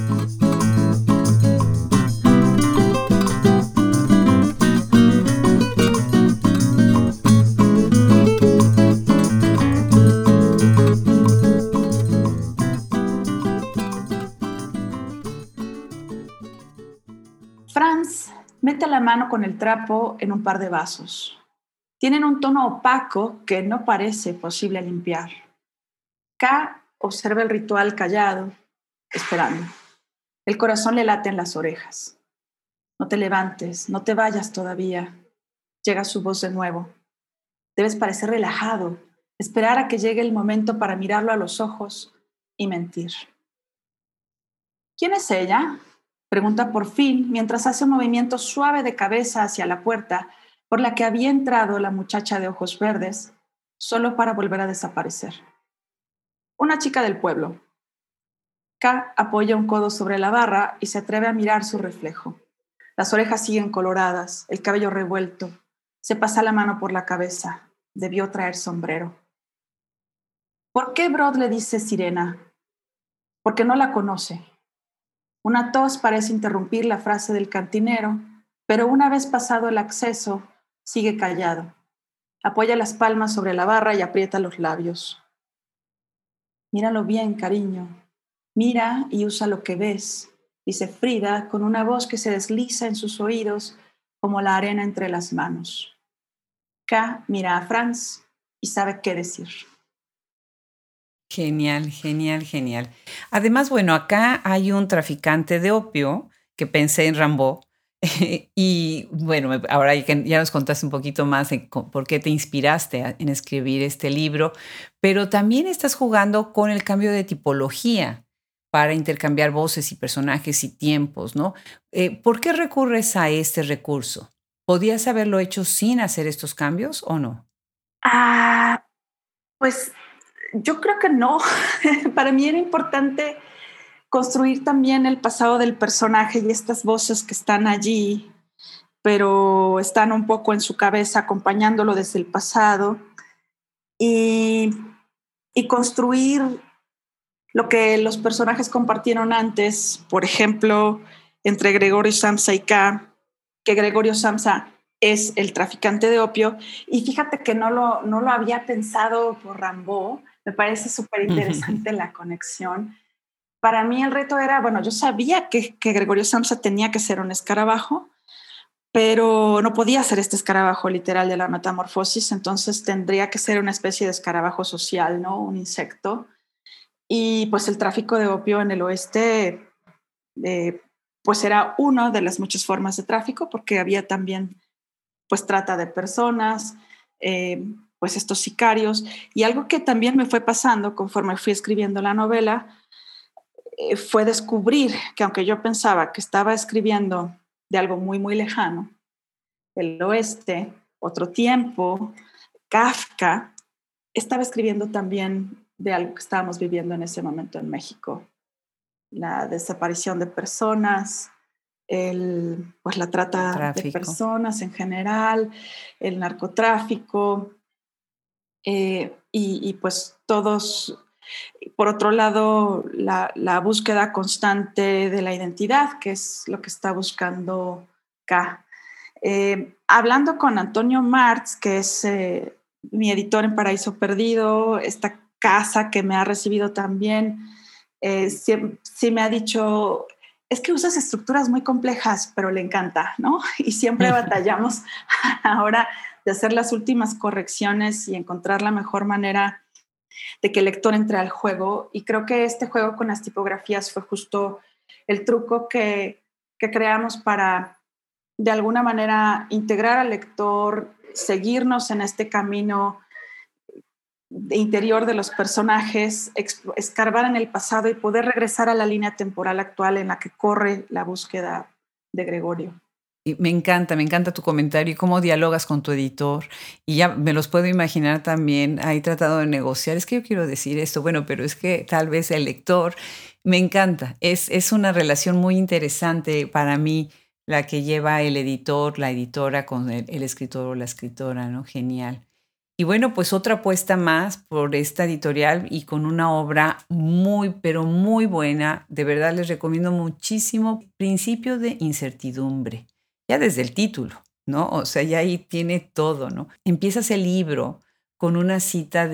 Franz mete la mano con el trapo en un par de vasos. Tienen un tono opaco que no parece posible limpiar. K observa el ritual callado, esperando. El corazón le late en las orejas. No te levantes, no te vayas todavía. Llega su voz de nuevo. Debes parecer relajado, esperar a que llegue el momento para mirarlo a los ojos y mentir. ¿Quién es ella? Pregunta por fin mientras hace un movimiento suave de cabeza hacia la puerta por la que había entrado la muchacha de ojos verdes, solo para volver a desaparecer. Una chica del pueblo. K apoya un codo sobre la barra y se atreve a mirar su reflejo. Las orejas siguen coloradas, el cabello revuelto. Se pasa la mano por la cabeza. Debió traer sombrero. ¿Por qué Brod le dice sirena? Porque no la conoce. Una tos parece interrumpir la frase del cantinero, pero una vez pasado el acceso, sigue callado. Apoya las palmas sobre la barra y aprieta los labios. Míralo bien, cariño. Mira y usa lo que ves, dice Frida con una voz que se desliza en sus oídos como la arena entre las manos. K mira a Franz y sabe qué decir. Genial, genial, genial. Además, bueno, acá hay un traficante de opio que pensé en Rambo. Y bueno, ahora ya nos contaste un poquito más de por qué te inspiraste en escribir este libro, pero también estás jugando con el cambio de tipología para intercambiar voces y personajes y tiempos, ¿no? ¿Por qué recurres a este recurso? ¿Podías haberlo hecho sin hacer estos cambios o no? Ah, Pues yo creo que no. Para mí era importante construir también el pasado del personaje y estas voces que están allí, pero están un poco en su cabeza acompañándolo desde el pasado y, y construir lo que los personajes compartieron antes, por ejemplo, entre Gregorio Samsa y K, que Gregorio Samsa es el traficante de opio. Y fíjate que no lo había pensado por Rimbaud, me parece súper interesante la conexión. Para mí el reto era, bueno, yo sabía que Gregorio Samsa tenía que ser un escarabajo, pero no podía ser este escarabajo literal de la metamorfosis, entonces tendría que ser una especie de escarabajo social, ¿no? Un insecto. Y pues el tráfico de opio en el oeste, pues era una de las muchas formas de tráfico, porque había también pues trata de personas, pues estos sicarios. Y algo que también me fue pasando conforme fui escribiendo la novela, fue descubrir que aunque yo pensaba que estaba escribiendo de algo muy, muy lejano, el oeste, otro tiempo, Kafka, estaba escribiendo también de algo que estábamos viviendo en ese momento en México, la desaparición de personas, pues la El trata de tráfico. personas en general, el narcotráfico, y pues todos, por otro lado, la búsqueda constante de la identidad, que es lo que está buscando K. Hablando con Antonio Martz, que es mi editor en Paraíso Perdido, esta casa que me ha recibido también, sí me ha dicho, es que usas estructuras muy complejas, pero le encanta, ¿no? Y siempre batallamos ahora de hacer las últimas correcciones y encontrar la mejor manera de que el lector entre al juego. Y creo que este juego con las tipografías fue justo el truco que creamos para, de alguna manera, integrar al lector, seguirnos en este camino interior de los personajes, escarbar en el pasado y poder regresar a la línea temporal actual en la que corre la búsqueda de Gregorio. Y me encanta tu comentario y cómo dialogas con tu editor. Y ya me los puedo imaginar también ahí tratado de negociar. Es que yo quiero decir esto, bueno, pero es que tal vez el lector, me encanta. Es una relación muy interesante para mí la que lleva el editor, la editora con el escritor o la escritora, ¿no? Genial. Y bueno, pues otra apuesta más por esta editorial y con una obra muy, pero muy buena. De verdad les recomiendo muchísimo Principio de Incertidumbre, ya desde el título, ¿no? O sea, ya ahí tiene todo, ¿no? Empiezas el libro con una cita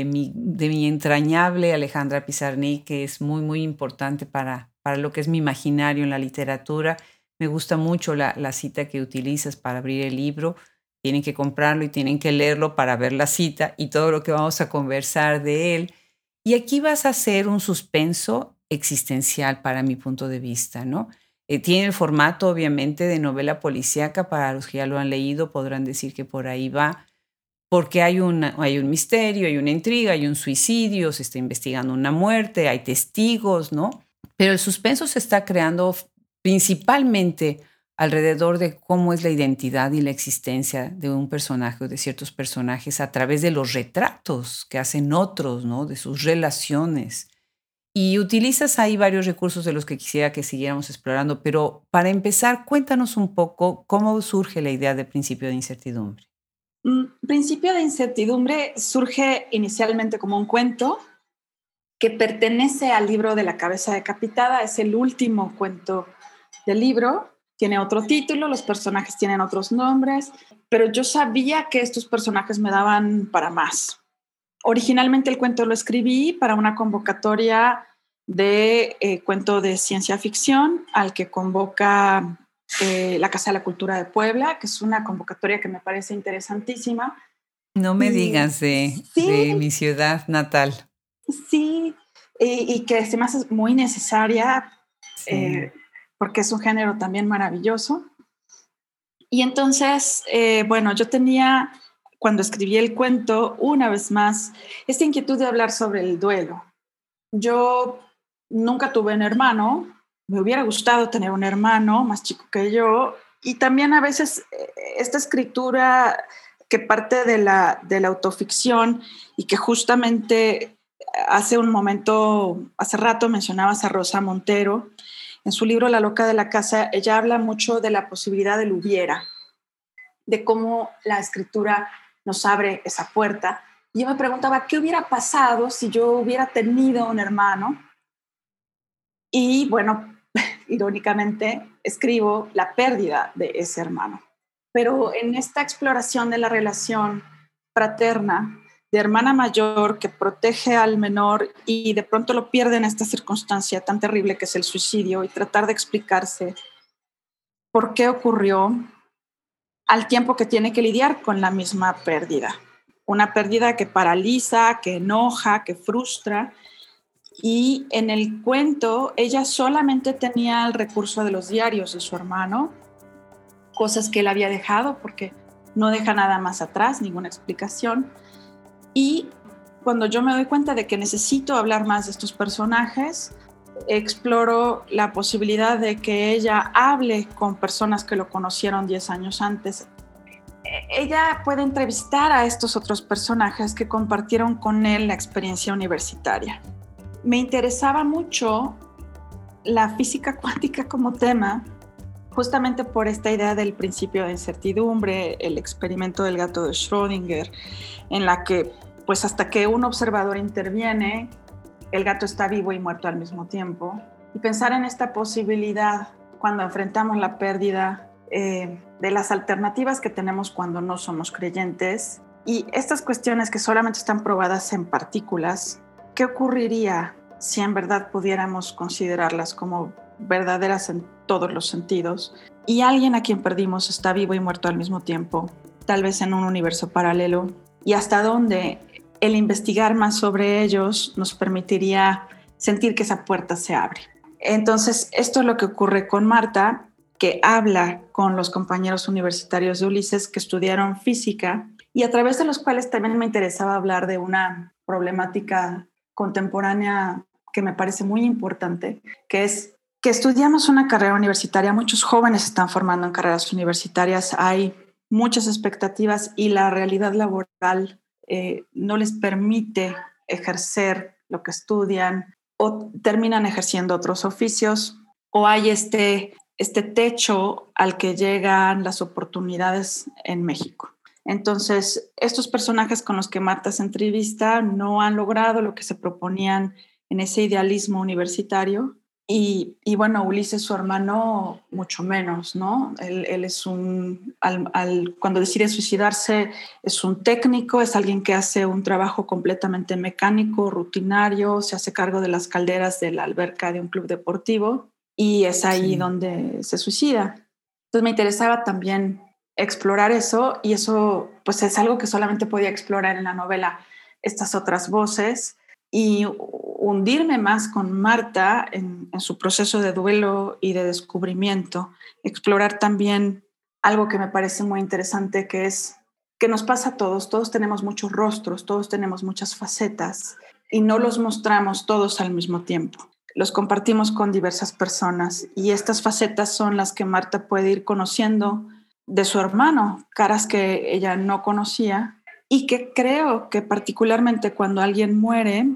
de mi entrañable Alejandra Pizarnik, que es muy, muy importante para lo que es mi imaginario en la literatura. Me gusta mucho la cita que utilizas para abrir el libro. Tienen que comprarlo y tienen que leerlo para ver la cita y todo lo que vamos a conversar de él. Y aquí vas a hacer un suspenso existencial para mi punto de vista, ¿no? Tiene el formato, obviamente, de novela policíaca. Para los que ya lo han leído podrán decir que por ahí va, porque hay un misterio, hay una intriga, hay un suicidio, se está investigando una muerte, hay testigos, ¿no? Pero el suspenso se está creando principalmente alrededor de cómo es la identidad y la existencia de un personaje o de ciertos personajes a través de los retratos que hacen otros, ¿no? De sus relaciones. Y utilizas ahí varios recursos de los que quisiera que siguiéramos explorando, pero para empezar, cuéntanos un poco cómo surge la idea de Principio de Incertidumbre. Principio de Incertidumbre surge inicialmente como un cuento que pertenece al libro de La cabeza decapitada, es el último cuento del libro, tiene otro título, los personajes tienen otros nombres, pero yo sabía que estos personajes me daban para más. Originalmente el cuento lo escribí para una convocatoria de cuento de ciencia ficción al que convoca la Casa de la Cultura de Puebla, que es una convocatoria que me parece interesantísima. No me Y digas de sí, mi ciudad natal. sí, y que se me hace muy necesaria Sí. eh, porque es un género también maravilloso. Y entonces, bueno, yo tenía, cuando escribí el cuento, una vez más, esta inquietud de hablar sobre el duelo. Yo nunca tuve un hermano, me hubiera gustado tener un hermano más chico que yo, y también a veces esta escritura que parte de la autoficción y que justamente hace rato mencionabas a Rosa Montero. En su libro La loca de la casa, ella habla mucho de la posibilidad del hubiera, de cómo la escritura nos abre esa puerta. Y yo me preguntaba, ¿qué hubiera pasado si yo hubiera tenido un hermano? Y bueno, irónicamente, escribo la pérdida de ese hermano. Pero en esta exploración de la relación fraterna, de hermana mayor que protege al menor y de pronto lo pierde en esta circunstancia tan terrible que es el suicidio, y tratar de explicarse por qué ocurrió, al tiempo que tiene que lidiar con la misma pérdida. Una pérdida que paraliza, que enoja, que frustra. Y en el cuento ella solamente tenía el recurso de los diarios de su hermano, cosas que él había dejado porque no deja nada más atrás, ninguna explicación. Y cuando yo me doy cuenta de que necesito hablar más de estos personajes, exploro la posibilidad de que ella hable con personas que lo conocieron 10 años antes. Ella puede entrevistar a estos otros personajes que compartieron con él la experiencia universitaria. Me interesaba mucho la física cuántica como tema, justamente por esta idea del principio de incertidumbre, el experimento del gato de Schrödinger, en la que, pues hasta que un observador interviene, el gato está vivo y muerto al mismo tiempo. Y pensar en esta posibilidad cuando enfrentamos la pérdida, de las alternativas que tenemos cuando no somos creyentes, y estas cuestiones que solamente están probadas en partículas. ¿Qué ocurriría si en verdad pudiéramos considerarlas como verdaderas en todos los sentidos? Y alguien a quien perdimos está vivo y muerto al mismo tiempo, tal vez en un universo paralelo. Y hasta dónde el investigar más sobre ellos nos permitiría sentir que esa puerta se abre. Entonces, esto es lo que ocurre con Marta, que habla con los compañeros universitarios de Ulises que estudiaron física y a través de los cuales también me interesaba hablar de una problemática contemporánea que me parece muy importante, que es que estudiamos una carrera universitaria, muchos jóvenes se están formando en carreras universitarias, hay muchas expectativas y la realidad laboral no les permite ejercer lo que estudian o terminan ejerciendo otros oficios, o hay este techo al que llegan las oportunidades en México. Entonces, estos personajes con los que Marta se entrevista no han logrado lo que se proponían en ese idealismo universitario. Y bueno, Ulises, su hermano, mucho menos, ¿no? Él es cuando decide suicidarse, es un técnico, es alguien que hace un trabajo completamente mecánico, rutinario, se hace cargo de las calderas de la alberca de un club deportivo y es ahí donde se suicida. Entonces me interesaba también explorar eso, y eso pues es algo que solamente podía explorar en la novela, estas otras voces, y hundirme más con Marta en su proceso de duelo y de descubrimiento, explorar también algo que me parece muy interesante, que es que nos pasa a todos tenemos muchos rostros, todos tenemos muchas facetas y no los mostramos todos al mismo tiempo. Los compartimos con diversas personas y estas facetas son las que Marta puede ir conociendo de su hermano, caras que ella no conocía, y que creo que particularmente cuando alguien muere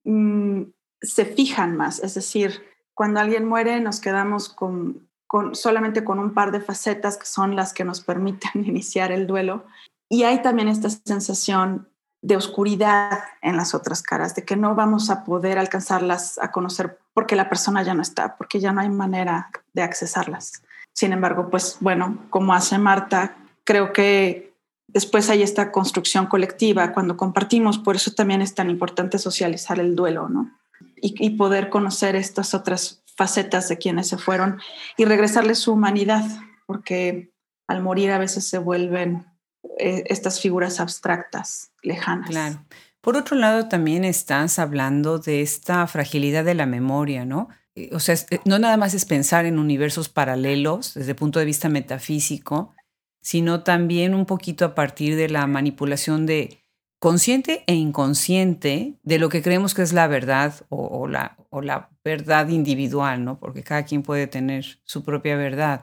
se fijan más. Es decir, cuando alguien muere nos quedamos solamente con un par de facetas que son las que nos permiten iniciar el duelo, y hay también esta sensación de oscuridad en las otras caras, de que no vamos a poder alcanzarlas a conocer porque la persona ya no está, porque ya no hay manera de accesarlas. Sin embargo, pues bueno, como hace Marta, creo que después hay esta construcción colectiva cuando compartimos, por eso también es tan importante socializar el duelo, ¿no? Y poder conocer estas otras facetas de quienes se fueron y regresarles su humanidad, porque al morir a veces se vuelven estas figuras abstractas, lejanas. Claro. Por otro lado, también estás hablando de esta fragilidad de la memoria, ¿no? O sea, no nada más es pensar en universos paralelos desde el punto de vista metafísico, sino también un poquito a partir de la manipulación de consciente e inconsciente de lo que creemos que es la verdad o la verdad individual, ¿no? Porque cada quien puede tener su propia verdad, ¿no?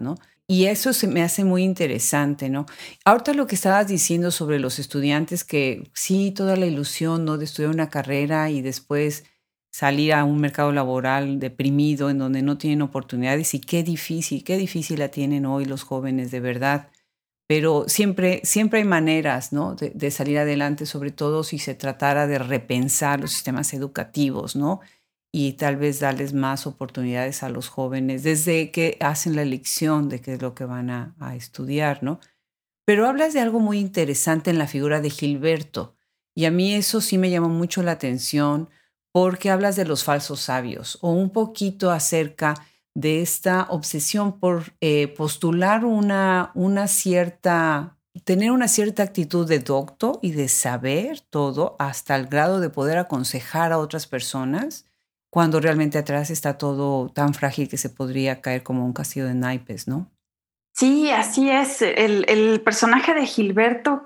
Y eso se me hace muy interesante, ¿no? Ahorita lo que estabas diciendo sobre los estudiantes que sí, toda la ilusión, ¿no? De estudiar una carrera y después salir a un mercado laboral deprimido en donde no tienen oportunidades y qué difícil la tienen hoy los jóvenes, de verdad. Pero siempre hay maneras, ¿no? De salir adelante, sobre todo si se tratara de repensar los sistemas educativos, ¿no? Y tal vez darles más oportunidades a los jóvenes desde que hacen la elección de qué es lo que van a estudiar, ¿no? Pero hablas de algo muy interesante en la figura de Gilberto, y a mí eso sí me llamó mucho la atención porque hablas de los falsos sabios o un poquito acerca de esta obsesión por postular una cierta, tener una cierta actitud de docto y de saber todo hasta el grado de poder aconsejar a otras personas, cuando realmente atrás está todo tan frágil que se podría caer como un castillo de naipes, ¿no? Sí, así es. El personaje de Gilberto,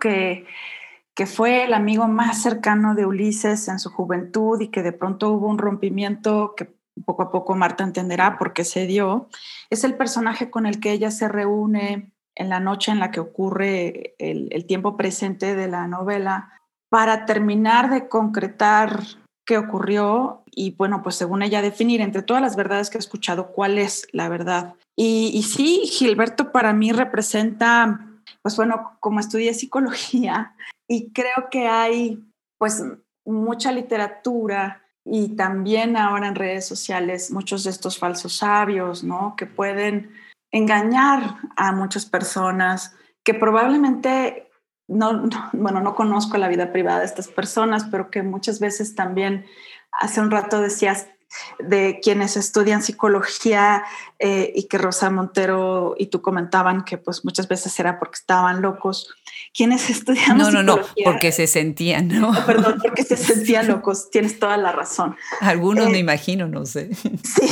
que fue el amigo más cercano de Ulises en su juventud y que de pronto hubo un rompimiento que poco a poco Marta entenderá por qué se dio, es el personaje con el que ella se reúne en la noche en la que ocurre el tiempo presente de la novela para terminar de concretar qué ocurrió y, bueno, pues según ella definir entre todas las verdades que ha escuchado, cuál es la verdad. Y sí, Gilberto para mí representa, pues bueno, como estudié psicología, y creo que hay pues mucha literatura y también ahora en redes sociales muchos de estos falsos sabios, ¿no? Que pueden engañar a muchas personas que probablemente bueno, no conozco la vida privada de estas personas, pero que muchas veces también, hace un rato decías de quienes estudian psicología y que Rosa Montero y tú comentaban que pues muchas veces era porque estaban locos. Quienes estudiamos No, psicología, porque se sentían, ¿no? perdón, porque se sentían Sí. locos, tienes toda la razón. Algunos me Eh, imagino, no sé. sí,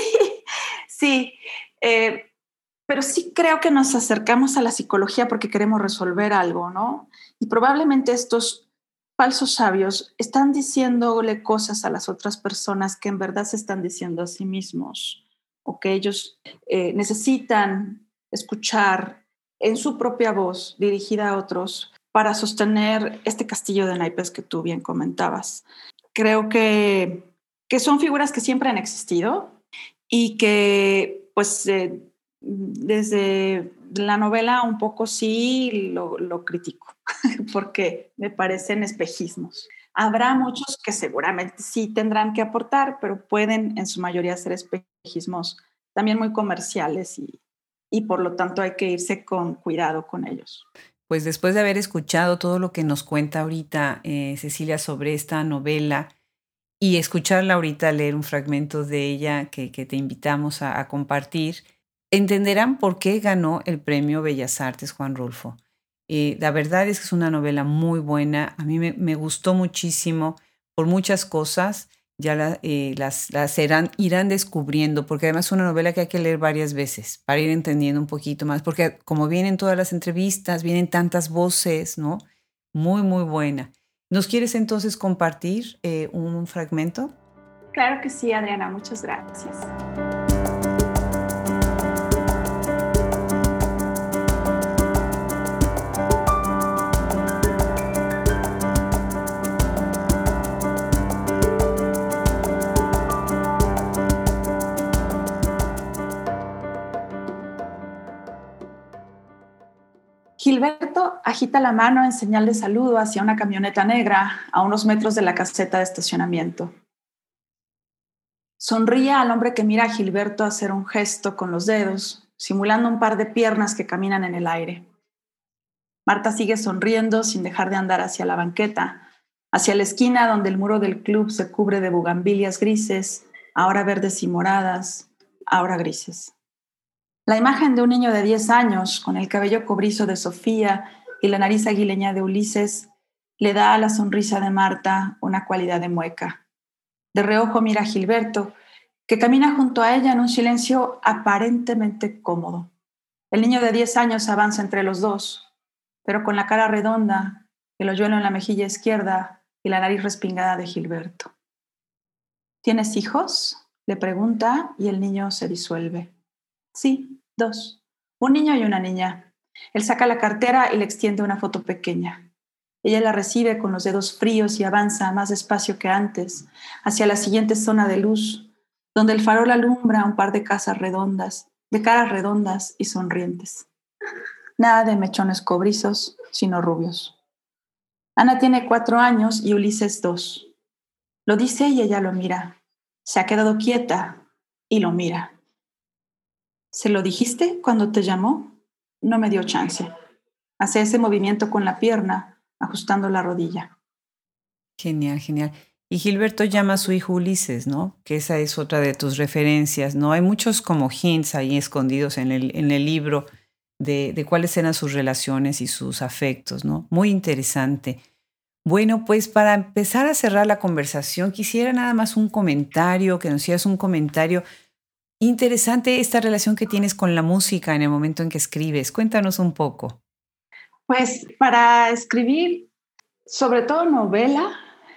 sí, eh, pero sí creo que nos acercamos a la psicología porque queremos resolver algo, ¿no? Y probablemente estos falsos sabios están diciéndole cosas a las otras personas que en verdad se están diciendo a sí mismos o que ellos necesitan escuchar en su propia voz dirigida a otros para sostener este castillo de naipes que tú bien comentabas. Creo que son figuras que siempre han existido y que pues desde la novela un poco sí lo critico, porque me parecen espejismos. Habrá muchos que seguramente sí tendrán que aportar, pero pueden en su mayoría ser espejismos también muy comerciales y por lo tanto hay que irse con cuidado con ellos. Pues después de haber escuchado todo lo que nos cuenta ahorita Cecilia sobre esta novela y escucharla ahorita leer un fragmento de ella que te invitamos a compartir, entenderán por qué ganó el premio Bellas Artes Juan Rulfo. La verdad es que es una novela muy buena, a mí me gustó muchísimo por muchas cosas, ya irán descubriendo, porque además es una novela que hay que leer varias veces para ir entendiendo un poquito más, porque como vienen todas las entrevistas, vienen tantas voces, ¿no? Muy, muy buena. ¿Nos quieres entonces compartir un fragmento? Claro que sí, Adriana, muchas gracias. Gilberto agita la mano en señal de saludo hacia una camioneta negra a unos metros de la caseta de estacionamiento. Sonríe al hombre que mira a Gilberto hacer un gesto con los dedos, simulando un par de piernas que caminan en el aire. Marta sigue sonriendo sin dejar de andar hacia la banqueta, hacia la esquina donde el muro del club se cubre de bugambilias grises, ahora verdes y moradas, ahora grises. La imagen de un niño de 10 años, con el cabello cobrizo de Sofía y la nariz aguileña de Ulises, le da a la sonrisa de Marta una cualidad de mueca. De reojo mira a Gilberto, que camina junto a ella en un silencio aparentemente cómodo. El niño de 10 años avanza entre los dos, pero con la cara redonda, el hoyuelo en la mejilla izquierda y la nariz respingada de Gilberto. ¿Tienes hijos?, le pregunta y el niño se disuelve. Sí, 2. Un niño y una niña. Él saca la cartera y le extiende una foto pequeña. Ella la recibe con los dedos fríos y avanza más despacio que antes, hacia la siguiente zona de luz, donde el farol alumbra un par de caras redondas y sonrientes. Nada de mechones cobrizos, sino rubios. Ana tiene 4 años y Ulises 2. Lo dice y ella lo mira. Se ha quedado quieta y lo mira. ¿Se lo dijiste cuando te llamó? No me dio chance. Hace ese movimiento con la pierna, ajustando la rodilla. Genial, genial. Y Gilberto llama a su hijo Ulises, ¿no? Que esa es otra de tus referencias, ¿no? Hay muchos como hints ahí escondidos en el libro de cuáles eran sus relaciones y sus afectos, ¿no? Muy interesante. Bueno, pues para empezar a cerrar la conversación, quisiera nada más un comentario, que nos hicieras un comentario. Interesante esta relación que tienes con la música en el momento en que escribes. Cuéntanos un poco. Pues para escribir, sobre todo novela,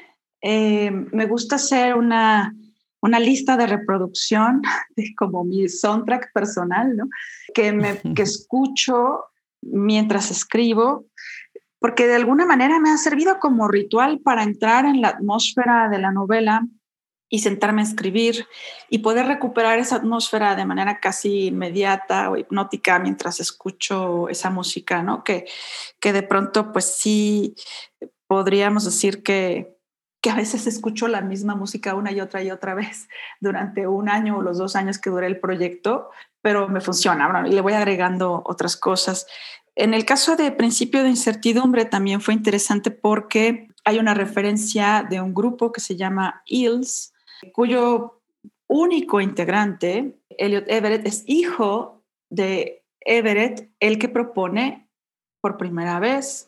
me gusta hacer una lista de reproducción de como mi soundtrack personal, ¿no? que escucho mientras escribo, porque de alguna manera me ha servido como ritual para entrar en la atmósfera de la novela y sentarme a escribir y poder recuperar esa atmósfera de manera casi inmediata o hipnótica mientras escucho esa música, ¿no? Que de pronto, pues sí, podríamos decir que a veces escucho la misma música una y otra vez durante 1 año o los 2 años que dura el proyecto, pero me funciona, ¿no? Y le voy agregando otras cosas. En el caso de Principio de Incertidumbre también fue interesante porque hay una referencia de un grupo que se llama Eels, cuyo único integrante, Elliot Everett, es hijo de Everett, el que propone por primera vez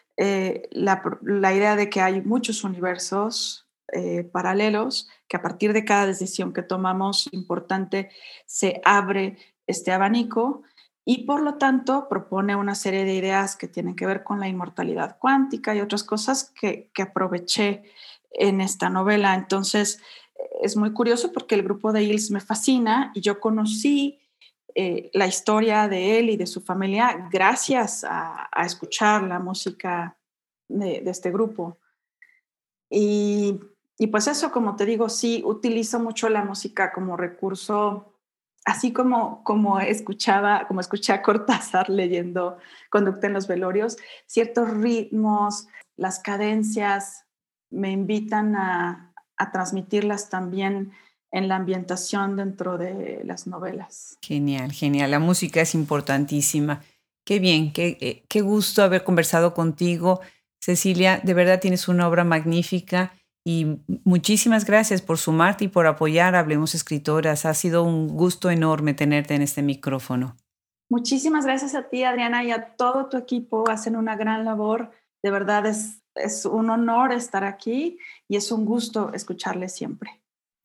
la idea de que hay muchos universos paralelos, que a partir de cada decisión que tomamos importante se abre este abanico y por lo tanto propone una serie de ideas que tienen que ver con la inmortalidad cuántica y otras cosas que aproveché en esta novela. Entonces es muy curioso porque el grupo de Eels me fascina y yo conocí la historia de él y de su familia gracias a escuchar la música de este grupo. Y pues eso, como te digo, sí, utilizo mucho la música como recurso, así como escuché a Cortázar leyendo Conducta en los velorios, ciertos ritmos, las cadencias me invitan a transmitirlas también en la ambientación dentro de las novelas. Genial, genial. La música es importantísima. Qué bien, qué gusto haber conversado contigo. Cecilia, de verdad tienes una obra magnífica y muchísimas gracias por sumarte y por apoyar a Hablemos Escritoras. Ha sido un gusto enorme tenerte en este micrófono. Muchísimas gracias a ti, Adriana, y a todo tu equipo. Hacen una gran labor. De verdad es un honor estar aquí y es un gusto escucharles siempre.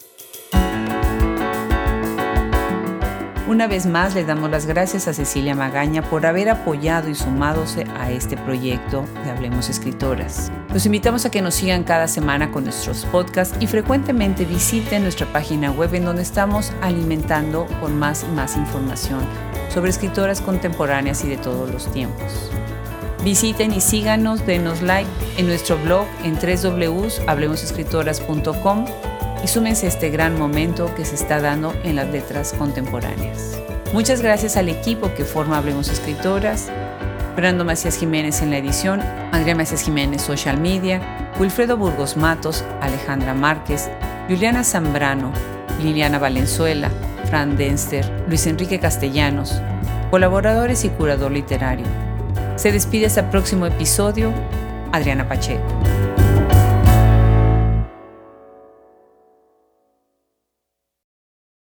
Una vez más le damos las gracias a Cecilia Magaña por haber apoyado y sumádose a este proyecto de Hablemos Escritoras. Los invitamos a que nos sigan cada semana con nuestros podcasts y frecuentemente visiten nuestra página web en donde estamos alimentando con más y más información sobre escritoras contemporáneas y de todos los tiempos. Visiten y síganos, denos like en nuestro blog en www.hablemosescritoras.com y súmense a este gran momento que se está dando en las letras contemporáneas. Muchas gracias al equipo que forma Hablemos Escritoras, Fernando Macías Jiménez en la edición, Andrea Macías Jiménez Social Media, Wilfredo Burgos Matos, Alejandra Márquez, Juliana Zambrano, Liliana Valenzuela, Fran Denster, Luis Enrique Castellanos, colaboradores y curador literario. Se despide hasta el próximo episodio, Adriana Pacheco.